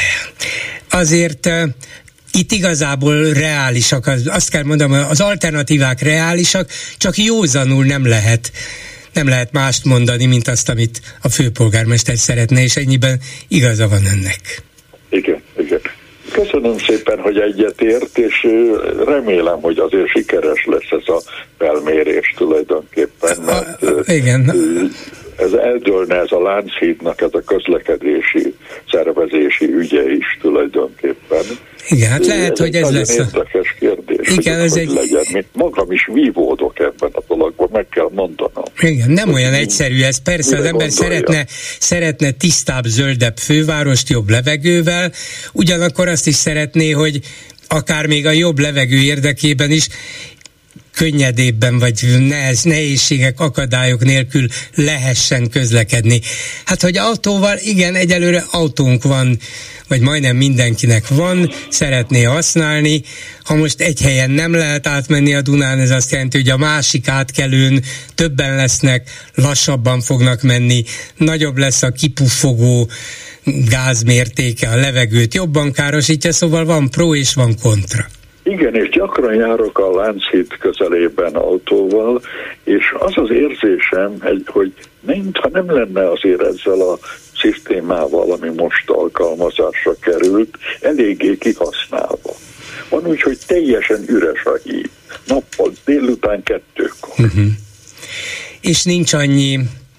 [SPEAKER 3] Azért uh, itt igazából reálisak, az, azt kell mondanom, az alternatívák reálisak, csak józanul nem lehet nem lehet mást mondani, mint azt, amit a főpolgármester szeretne, és ennyiben igaza van önnek.
[SPEAKER 6] Igen, igen. Köszönöm szépen, hogy egyetért, és remélem, hogy azért sikeres lesz ez a felmérés tulajdonképpen, mert a, a, igen. ez eldőlne ez a Lánchídnak, ez a közlekedési szervezési ügye is tulajdonképpen.
[SPEAKER 3] Igen, hát lehet, ez hogy ez lesz.
[SPEAKER 6] Ez egy érdekes kérdés,
[SPEAKER 3] igen,
[SPEAKER 6] hogy,
[SPEAKER 3] ez
[SPEAKER 6] hogy
[SPEAKER 3] egy...
[SPEAKER 6] legyen. Mint magam is vívódok ebben a dologban, meg kell mondanom.
[SPEAKER 3] Igen, nem olyan egyszerű ez. Persze az ember szeretne, szeretne tisztább, zöldebb fővárost, jobb levegővel, ugyanakkor azt is szeretné, hogy akár még a jobb levegő érdekében is könnyedébben, vagy nehez, nehézségek, akadályok nélkül lehessen közlekedni. Hát, hogy autóval, igen, egyelőre autónk van, vagy majdnem mindenkinek van, szeretné használni. Ha most egy helyen nem lehet átmenni a Dunán, ez azt jelenti, hogy a másik átkelőn többen lesznek, lassabban fognak menni, nagyobb lesz a kipuffogó gázmértéke, a levegőt jobban károsítja, szóval van pro és van kontra.
[SPEAKER 6] Igen, és gyakran járok a Lánchíd közelében autóval, és az az érzésem, hogy mintha nem lenne azért ezzel a szisztémával, ami most alkalmazásra került, eléggé kihasználva. Van úgy, hogy teljesen üres a híd. Nappal, délután kettőkor. Uh-huh.
[SPEAKER 3] És nincs annyi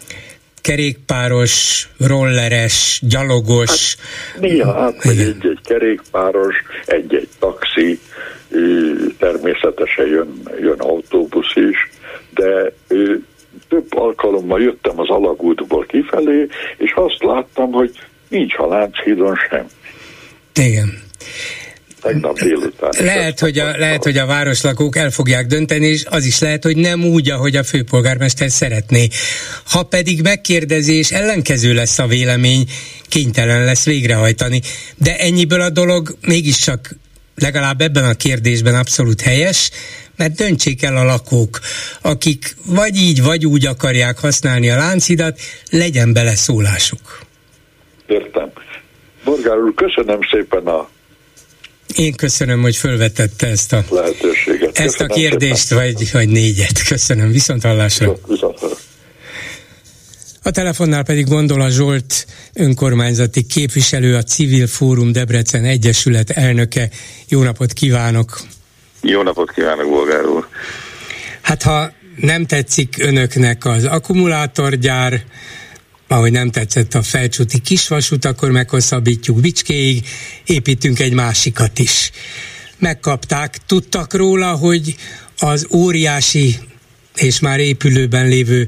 [SPEAKER 3] kerékpáros, rolleres, gyalogos...
[SPEAKER 6] Hát, néha átmegy egy-egy kerékpáros, egy-egy taxi, természetesen jön, jön autóbusz is, de több alkalommal jöttem az alagútból kifelé, és azt láttam, hogy nincs a Lánchídon sem.
[SPEAKER 3] Igen.
[SPEAKER 6] Tegnap délután.
[SPEAKER 3] Lehet, hogy a, lehet, hogy a városlakók el fogják dönteni, és az is lehet, hogy nem úgy, ahogy a főpolgármester szeretné. Ha pedig megkérdezés, ellenkező lesz a vélemény, kénytelen lesz végrehajtani. De ennyiből a dolog mégiscsak legalább ebben a kérdésben abszolút helyes, mert döntsék el a lakók, akik vagy így, vagy úgy akarják használni a Lánchidat, legyen beleszólásuk.
[SPEAKER 6] Értem. Bolgár úr, köszönöm szépen a
[SPEAKER 3] Én köszönöm, hogy fölvetette ezt a
[SPEAKER 6] lehetőséget.
[SPEAKER 3] Ezt a kérdést, vagy, vagy négyet. Köszönöm. Viszonthallásra.
[SPEAKER 6] Viszonthallásra.
[SPEAKER 3] A telefonnál pedig Gondola Zsolt, önkormányzati képviselő, a Civil Fórum Debrecen Egyesület elnöke. Jó napot kívánok!
[SPEAKER 7] Jó napot kívánok, bolgár úr!
[SPEAKER 3] Hát ha nem tetszik önöknek az akkumulátorgyár, ahogy nem tetszett a Felcsúti kisvasút, akkor meghosszabbítjuk Bicskéig, építünk egy másikat is. Megkapták, tudtak róla, hogy az óriási és már épülőben lévő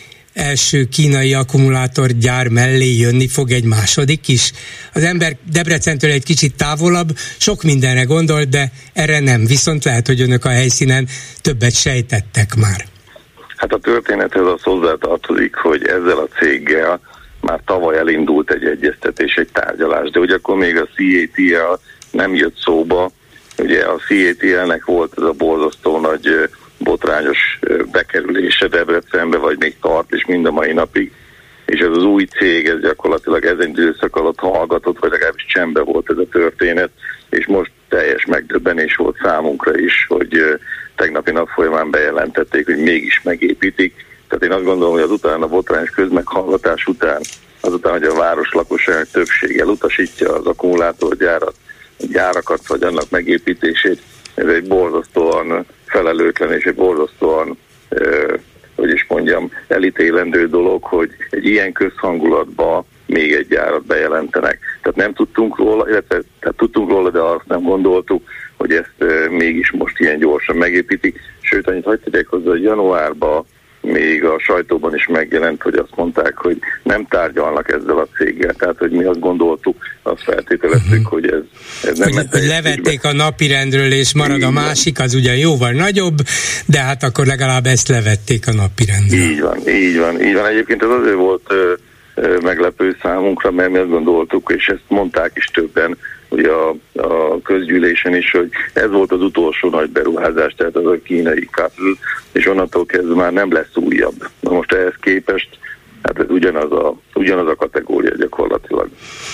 [SPEAKER 3] első kínai akkumulátorgyár mellé jönni fog egy második is. Az ember Debrecentől egy kicsit távolabb sok mindenre gondolt, de erre nem. Viszont lehet, hogy önök a helyszínen többet sejtettek már.
[SPEAKER 7] Hát a történethez az hozzátartozik, hogy ezzel a céggel már tavaly elindult egy egyeztetés, egy tárgyalás, de ugye akkor még a cé á té el nem jött szóba. Ugye a cé á té elnek volt ez a borzasztó nagy botrányos bekerülése Debrecenbe, vagy még tart, és mind a mai napig. És ez az új cég, ez gyakorlatilag ezen időszak alatt hallgatott, vagy legalábbis csendben volt ez a történet, és most teljes megdöbbenés volt számunkra is, hogy tegnapi nap folyamán bejelentették, hogy mégis megépítik. Tehát én azt gondolom, hogy azután a botrányos közmeghallgatás után, azután, hogy a város lakosság többsége elutasítja az akkumulátorgyárat, gyárakat, vagy annak megépítését, ez egy borzasztóan felelőtlen és egy borzasztóan, eh, hogy is mondjam, elítélendő dolog, hogy egy ilyen közhangulatban még egy gyárat bejelentenek. Tehát nem tudtunk róla, illetve tehát tudtunk róla, de azt nem gondoltuk, hogy ezt eh, mégis most ilyen gyorsan megépítik. Sőt, annyit hadd tegyek hozzá, hogy januárban még a sajtóban is megjelent, hogy azt mondták, hogy nem tárgyalnak ezzel a céggel. Tehát, hogy mi azt gondoltuk, azt feltételeztük, uh-huh. hogy ez, ez nem...
[SPEAKER 3] Hogy, hogy levették a napirendről, és marad a másik, az ugye jóval nagyobb, de hát akkor legalább ezt levették a napirendről.
[SPEAKER 7] Így van, így van, így van. Egyébként ez azért volt ö, ö, meglepő számunkra, mert mi azt gondoltuk, és ezt mondták is többen, ugye a, a közgyűlésen is, hogy ez volt az utolsó nagy beruházás, tehát az a kínai kápsul, és onnantól kezdve már nem lesz újabb. Na most ehhez képest, hát ez ugyanaz a, ugyanaz a kategória gyakorlatilag.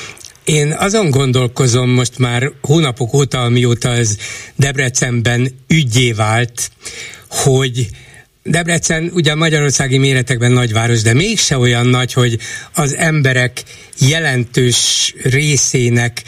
[SPEAKER 3] Én azon gondolkozom most már hónapok óta, amióta ez Debrecenben üggyé vált, hogy Debrecen ugyan magyarországi méretekben nagyváros, de mégse olyan nagy, hogy az emberek jelentős részének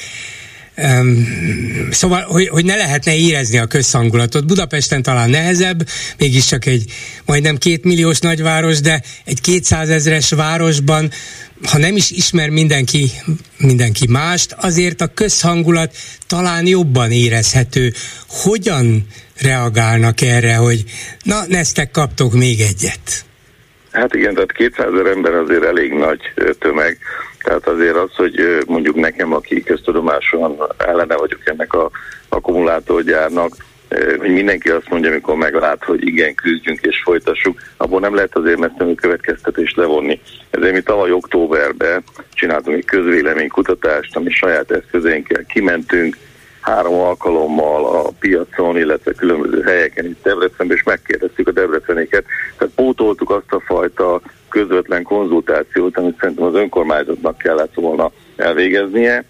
[SPEAKER 3] Um, szóval, hogy, hogy ne lehetne érezni a közhangulatot. Budapesten talán nehezebb, mégiscsak egy majdnem kétmilliós nagyváros, de egy kétszázezres városban, ha nem is ismer mindenki, mindenki mást, azért a közhangulat talán jobban érezhető. Hogyan reagálnak erre, hogy na, neztek, kaptok még egyet?
[SPEAKER 7] Hát igen, tehát kétszázezer ember azért elég nagy tömeg. Tehát azért az, hogy mondjuk nekem, aki köztudomáson ellene vagyok ennek a akkumulátorgyárnak, hogy mindenki azt mondja, amikor meglát, hogy igen, küzdjünk és folytassuk, abból nem lehet azért messzenű következtetést levonni. Ezért mi tavaly októberben csináltunk egy közvéleménykutatást, ami saját eszközeinkkel kimentünk három alkalommal a piacon, illetve különböző helyeken itt Debrecenben, és megkérdeztük a debrecenieket, tehát pótoltuk azt a fajta közvetlen konzultációt, amit szerintem az önkormányzatnak kellett volna elvégeznie,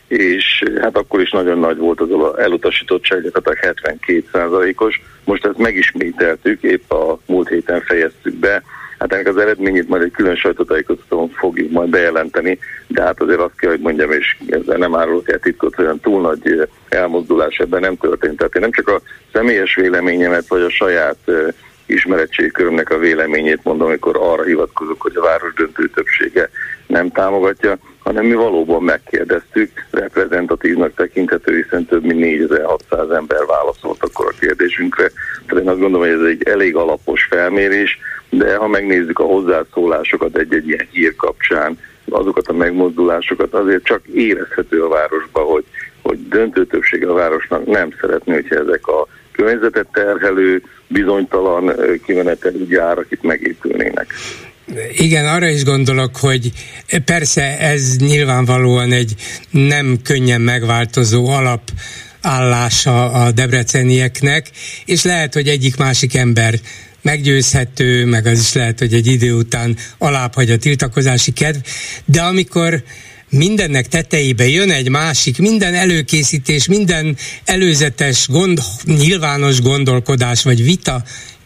[SPEAKER 7] és hát akkor is nagyon nagy volt az elutasítottság, gyakorlatilag hetvenkét százalékos. Most ezt megismételtük, épp a múlt héten fejeztük be. Hát ennek az eredményét majd egy külön sajtótájékoztatón fogjuk majd bejelenteni, de hát azért azt kell, hogy mondjam, és ezzel nem árulok el titkot, hogy olyan túl nagy elmozdulás ebben nem történt. Tehát én nem csak a személyes véleményemet, vagy a saját ismeretségkörömnek a véleményét mondom, amikor arra hivatkozok, hogy a város döntő többsége nem támogatja, hanem mi valóban megkérdeztük, reprezentatívnak tekinthető, hiszen több mint négyezer-hatszáz ember válaszolt akkor a kérdésünkre. Tehát én azt gondolom, hogy ez egy elég alapos felmérés, de ha megnézzük a hozzászólásokat egy-egy ilyen hír kapcsán, azokat a megmozdulásokat, azért csak érezhető a városban, hogy, hogy döntő többsége a városnak nem szeretné, hogyha ezek a környezetet terhelő, bizonytalan kimenetelű gyárak itt megépülnének.
[SPEAKER 3] Igen, arra is gondolok, hogy persze ez nyilvánvalóan egy nem könnyen megváltozó alapállása a debrecenieknek, és lehet, hogy egyik-másik ember meggyőzhető, meg az is lehet, hogy egy idő után alábbhagy a tiltakozási kedv, de amikor mindennek tetejébe jön egy másik, minden előkészítés, minden előzetes gond, nyilvános gondolkodás vagy vita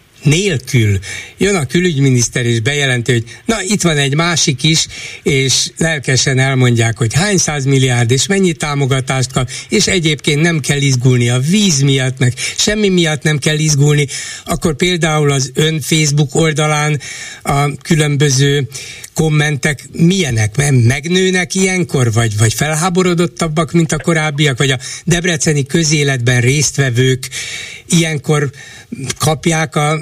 [SPEAKER 3] nélkül jön a külügyminiszter és bejelenti, hogy na itt van egy másik is, és lelkesen elmondják, hogy hány száz milliárd és mennyi támogatást kap, és egyébként nem kell izgulni a víz miatt, meg semmi miatt nem kell izgulni, akkor például az ön Facebook oldalán a különböző kommentek milyenek? Megnőnek ilyenkor, vagy, vagy felháborodottabbak, mint a korábbiak, vagy a debreceni közéletben résztvevők ilyenkor kapják a,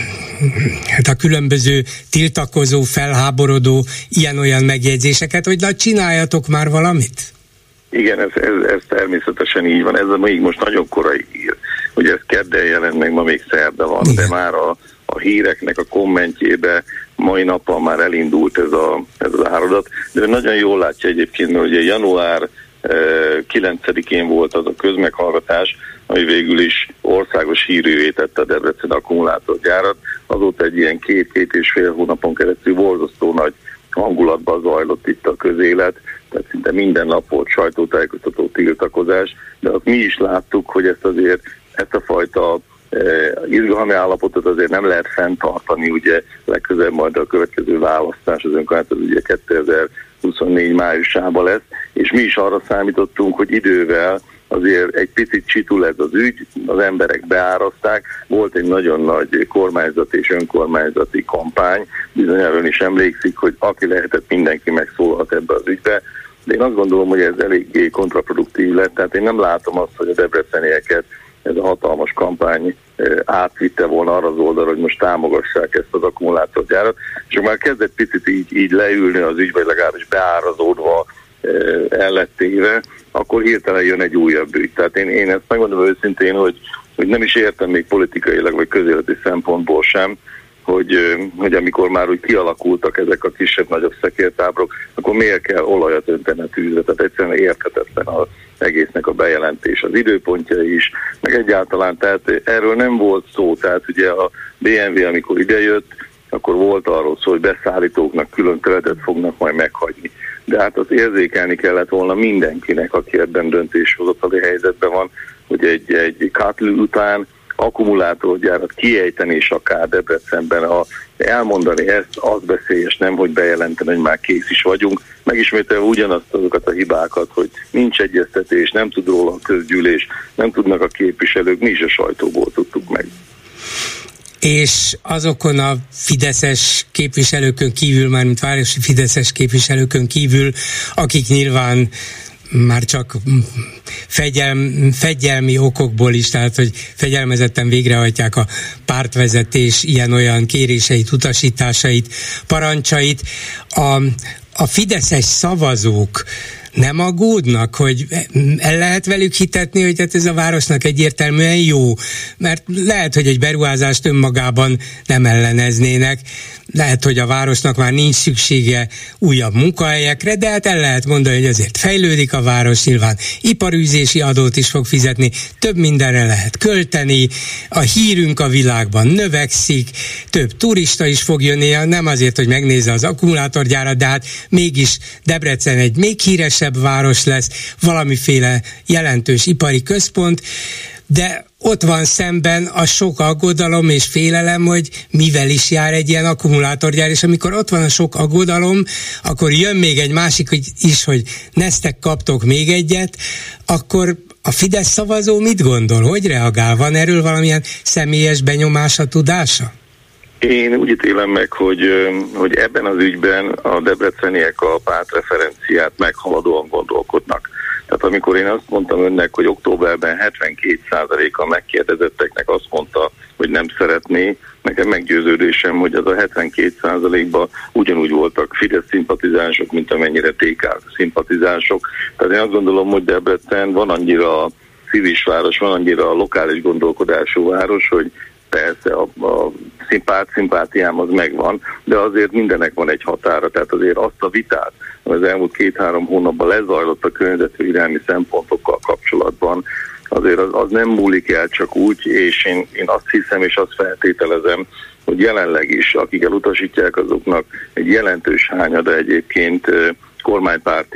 [SPEAKER 3] hát a különböző tiltakozó, felháborodó ilyen-olyan megjegyzéseket, hogy na csináljatok már valamit?
[SPEAKER 7] Igen, ez, ez, ez természetesen így van. Ez a még most nagyon korai hír. Ugye ez kedden jelent meg, ma még szerda van, igen. De már a, a híreknek a kommentjébe mai nappal már elindult ez, a, ez az áradat. De nagyon jól látja egyébként, mert ugye január kilencedikén volt az a közmeghallgatás, ami végül is országos hírűvé tette a Debrecen akkumulátorgyárat. Azóta egy ilyen két-két és fél hónapon keresztül borzasztó nagy hangulatban zajlott itt a közélet, tehát szinte minden nap volt sajtótájékoztató, tiltakozás, de azt mi is láttuk, hogy ezt azért, ezt a fajta eh, izgalmi állapotot azért nem lehet fenntartani, ugye legközelebb majd a következő választás az önkormányzat az ugye kétezer-huszonnégy májusában lesz, és mi is arra számítottunk, hogy idővel azért egy picit csitul ez az ügy, az emberek beárazták, volt egy nagyon nagy kormányzati és önkormányzati kampány, bizonyára ön is emlékszik, hogy aki lehetett, mindenki megszólalt ebbe az ügybe, de én azt gondolom, hogy ez eléggé kontraproduktív lett, tehát én nem látom azt, hogy a debrecenieket ez a hatalmas kampány átvitte volna arra az oldalra, hogy most támogassák ezt az akkumulátorgyárat, és már kezdett picit így, így leülni az ügy, vagy legalábbis beárazódva el lett éve, akkor hirtelen jön egy újabb ügy. Tehát én, én ezt megmondom őszintén, hogy, hogy nem is értem még politikailag, vagy közéleti szempontból sem, hogy, hogy amikor már úgy kialakultak ezek a kisebb-nagyobb szekértáborok, akkor miért kell olajat önteni a tűzre. Tehát egyszerűen érthetetlen az egésznek a bejelentés, az időpontja is, meg egyáltalán, tehát erről nem volt szó. Tehát ugye a bé em vé, amikor idejött, akkor volt arról szó, hogy beszállítóknak külön területet fognak majd meghagyni. De hát az érzékelni kellett volna mindenkinek, aki ebben döntéshozatali helyzetben van, hogy egy, egy Katl után akkumulátorgyárat kiejteni és akár Debrecenben a, elmondani ezt, az veszélyes, nem, hogy bejelenteni, hogy már kész is vagyunk. Megismételve ugyanazt azokat a hibákat, hogy nincs egyeztetés, nem tud róla a közgyűlés, nem tudnak a képviselők, mi is a sajtóból tudtuk meg.
[SPEAKER 3] És azokon a fideszes képviselőkön kívül, mármint városi fideszes képviselőkön kívül, akik nyilván már csak fegyelm, fegyelmi okokból is, tehát hogy fegyelmezetten végrehajtják a pártvezetés ilyen-olyan kéréseit, utasításait, parancsait. A, a fideszes szavazók nem aggódnak, hogy el lehet velük hitetni, hogy hát ez a városnak egyértelműen jó, mert lehet, hogy egy beruházást önmagában nem elleneznének, lehet, hogy a városnak már nincs szüksége újabb munkahelyekre, de hát el lehet mondani, hogy azért fejlődik a város, nyilván iparűzési adót is fog fizetni, több mindenre lehet költeni, a hírünk a világban növekszik, több turista is fog jönni, nem azért, hogy megnézze az akkumulátorgyárat, de hát mégis Debrecen egy még híresebb város lesz, valamiféle jelentős ipari központ, de ott van szemben a sok aggodalom és félelem, hogy mivel is jár egy ilyen akkumulátorgyár, és amikor ott van a sok aggodalom, akkor jön még egy másik is, hogy neztek, kaptok még egyet, akkor a Fidesz szavazó mit gondol? Hogy reagál? Van erről valamilyen személyes benyomása, tudása?
[SPEAKER 7] Én úgy ítélem meg, hogy, hogy ebben az ügyben a debreceniek a pártreferenciát meghaladóan gondolkodnak. Tehát amikor én azt mondtam önnek, hogy októberben hetvenkét százaléka megkérdezetteknek azt mondta, hogy nem szeretné, nekem meggyőződésem, hogy az a hetvenkét százalékban ugyanúgy voltak Fidesz szimpatizánsok, mint amennyire té ká szimpatizánsok. Tehát én azt gondolom, hogy Debrecen van annyira civis város, van annyira lokális gondolkodású város, hogy persze a, a szimpát, szimpátiám az megvan, de azért mindennek van egy határa, tehát azért azt a vitát, az elmúlt két-három hónapban lezajlott a környezetvédelmi szempontokkal kapcsolatban, azért az, az nem múlik el csak úgy, és én, én azt hiszem és azt feltételezem, hogy jelenleg is, akik elutasítják, azoknak egy jelentős hányada egyébként kormánypárti,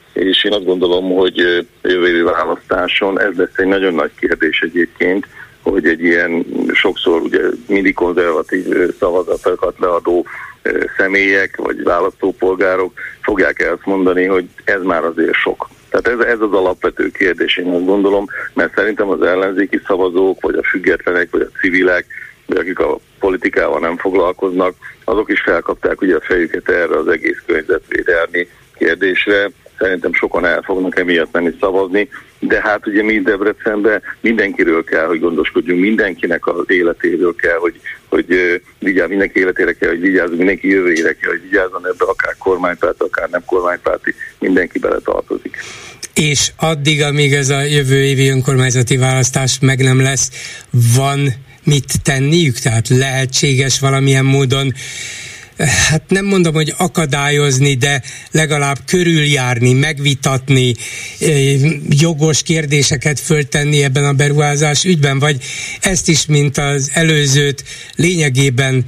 [SPEAKER 7] és én azt gondolom, hogy jövő évi választáson ez lesz egy nagyon nagy kérdés egyébként, hogy egy ilyen sokszor ugye mindig konzervatív szavazatokat leadó személyek vagy választópolgárok fogják ezt mondani, hogy ez már azért sok. Tehát ez, ez az alapvető kérdés, én azt gondolom, mert szerintem az ellenzéki szavazók, vagy a függetlenek, vagy a civilek, vagy akik a politikával nem foglalkoznak, azok is felkapták ugye a fejüket erre az egész környezetvédelmi kérdésre. Szerintem sokan el fognak emiatt menni szavazni, de hát ugye mi Debrecenben mindenkiről kell, hogy gondoskodjunk, mindenkinek az életéről kell, hogy, hogy vigyázz, mindenki életére kell, hogy vigyázzunk, mindenki jövőjére kell, hogy vigyázzon, ebbe akár kormánypárti, akár nem kormánypárti, mindenki bele tartozik.
[SPEAKER 3] És addig, amíg ez a jövő évi önkormányzati választás meg nem lesz, van mit tenniük? Tehát lehetséges valamilyen módon, hát nem mondom, hogy akadályozni, de legalább körüljárni, megvitatni, jogos kérdéseket föltenni ebben a beruházás ügyben, vagy ezt is, mint az előzőt lényegében,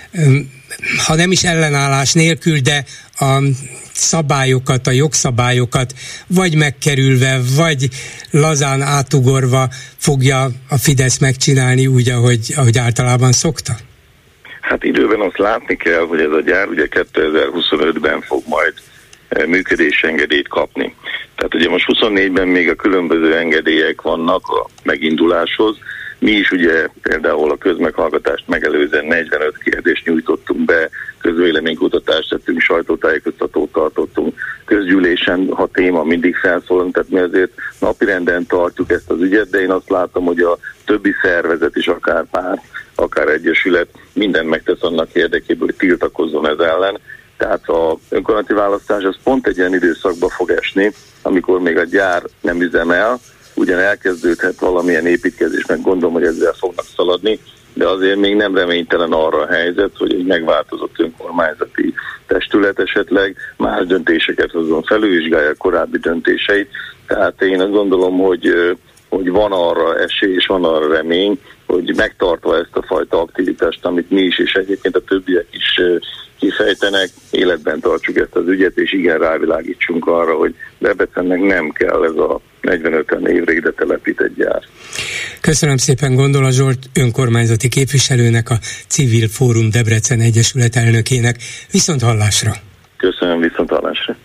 [SPEAKER 3] ha nem is ellenállás nélkül, de a szabályokat, a jogszabályokat vagy megkerülve, vagy lazán átugorva fogja a Fidesz megcsinálni úgy, ahogy, ahogy általában szokta?
[SPEAKER 7] Hát időben azt látni kell, hogy ez a gyár ugye kétezer-huszonötben fog majd működési engedélyt kapni. Tehát ugye most huszonnégyben még a különböző engedélyek vannak a meginduláshoz. Mi is ugye például a közmeghallgatást megelőzően negyvenöt kérdést nyújtottunk be, közvéleménykutatást tettünk, sajtótájékoztatót tartottunk, közgyűlésen, ha téma mindig felszólunk, tehát mi azért napirenden tartjuk ezt az ügyet, de én azt látom, hogy a többi szervezet is, akár párt, akár egyesület mindent megtesz annak érdekében, hogy tiltakozzon ez ellen. Tehát az önkormányzati választás az pont egy ilyen időszakba fog esni, amikor még a gyár nem üzemel, ugyan elkezdődhet valamilyen építkezés, meg gondolom, hogy ezzel fognak szaladni, de azért még nem reménytelen arra a helyzet, hogy egy megváltozott önkormányzati testület esetleg más döntéseket hozzon, felülvizsgálja a korábbi döntéseit. Tehát én azt gondolom, hogy, hogy van arra esély, és van arra remény, hogy megtartva ezt a fajta aktivitást, amit mi is, és egyébként a többiek is kifejtenek, életben tartsuk ezt az ügyet, és igen, rávilágítsunk arra, hogy Debrecennek nem kell ez a negyvenöt évre ide telepített gyár.
[SPEAKER 3] Köszönöm szépen Gondola Zsolt önkormányzati képviselőnek, a Civil Fórum Debrecen Egyesület elnökének. Viszont hallásra!
[SPEAKER 7] Köszönöm, viszont hallásra!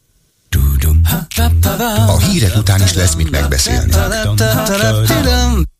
[SPEAKER 1] A hírek után is lesz mit megbeszélni.